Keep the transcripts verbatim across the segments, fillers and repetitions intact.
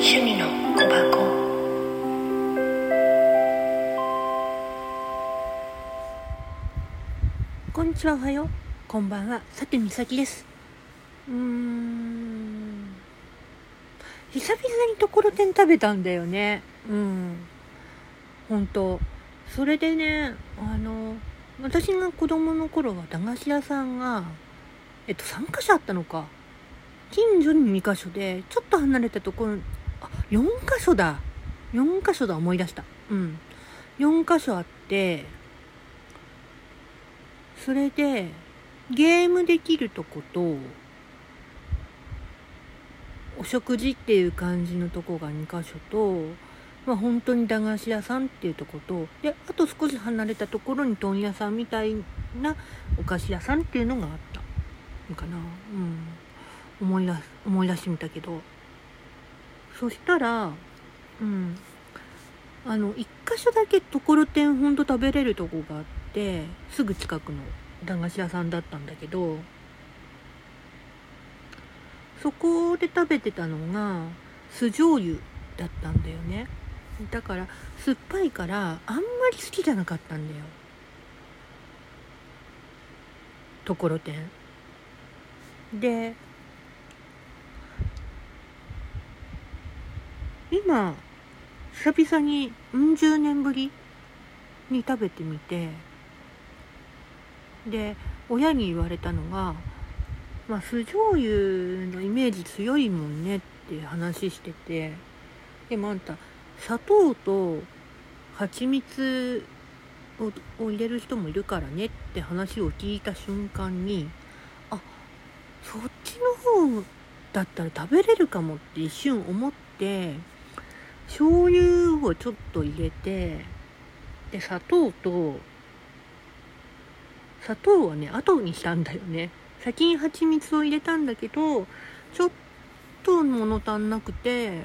趣味の小箱。 こんにちは、おはよう、こんばんは、さてみさきです。うーん久々にところてん食べたんだよね。うん本当それでね、あの私が子供の頃は駄菓子屋さんがえっとさんかしょあったのか。近所ににかしょで、ちょっと離れたところ、あよんかしょだよんかしょだ思い出した。うんよんかしょあって、それでゲームできるとことお食事っていう感じのとこがにかしょと、まあ本当に駄菓子屋さんっていうとことで、あと少し離れたところに問屋さんみたいなお菓子屋さんっていうのがあったのかな。うん思い出す思い出してみたけど、そしたらうんあのいっかしょだけところてんほんと食べれるとこがあって、すぐ近くの駄菓子屋さんだったんだけど、そこで食べてたのが酢醤油だったんだよね。だから酸っぱいからあんまり好きじゃなかったんだよ、ところてんで。今久々にうん十年ぶりに食べてみて、で親に言われたのが、まあ酢醤油のイメージ強いもんねって話してて、でもあんた砂糖と蜂蜜を入れる人もいるからねって話を聞いた瞬間に、あ、そっちの方だったら食べれるかもって一瞬思って、醤油をちょっと入れて、で砂糖と砂糖はね後にしたんだよね。先に蜂蜜を入れたんだけど、ちょっと物足んなくて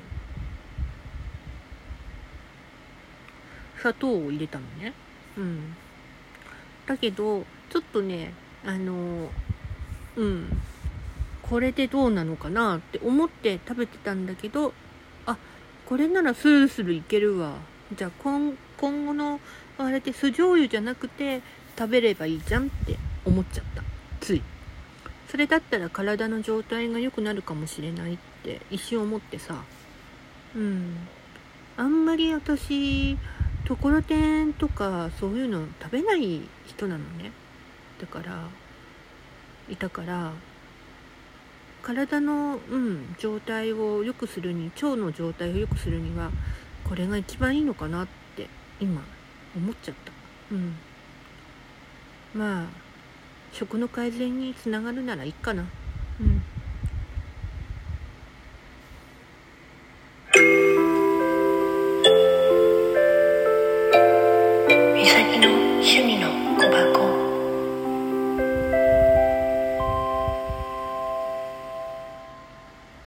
砂糖を入れたのね。うんだけどちょっとね、あのうんこれでどうなのかなって思って食べてたんだけど、あ、これならスルスルいけるわ。じゃあ 今, 今後のあれで酢醤油じゃなくて食べればいいじゃんって思っちゃった。ついそれだったら体の状態が良くなるかもしれないって一瞬思ってさ。うんあんまり私ところてんとかそういうの食べない人なのね。だからいたから体の、うん、状態を良くするに、腸の状態を良くするにはこれが一番いいのかなって今思っちゃった。うんまあ食の改善につながるならいいかな。うん美咲の趣味の小箱。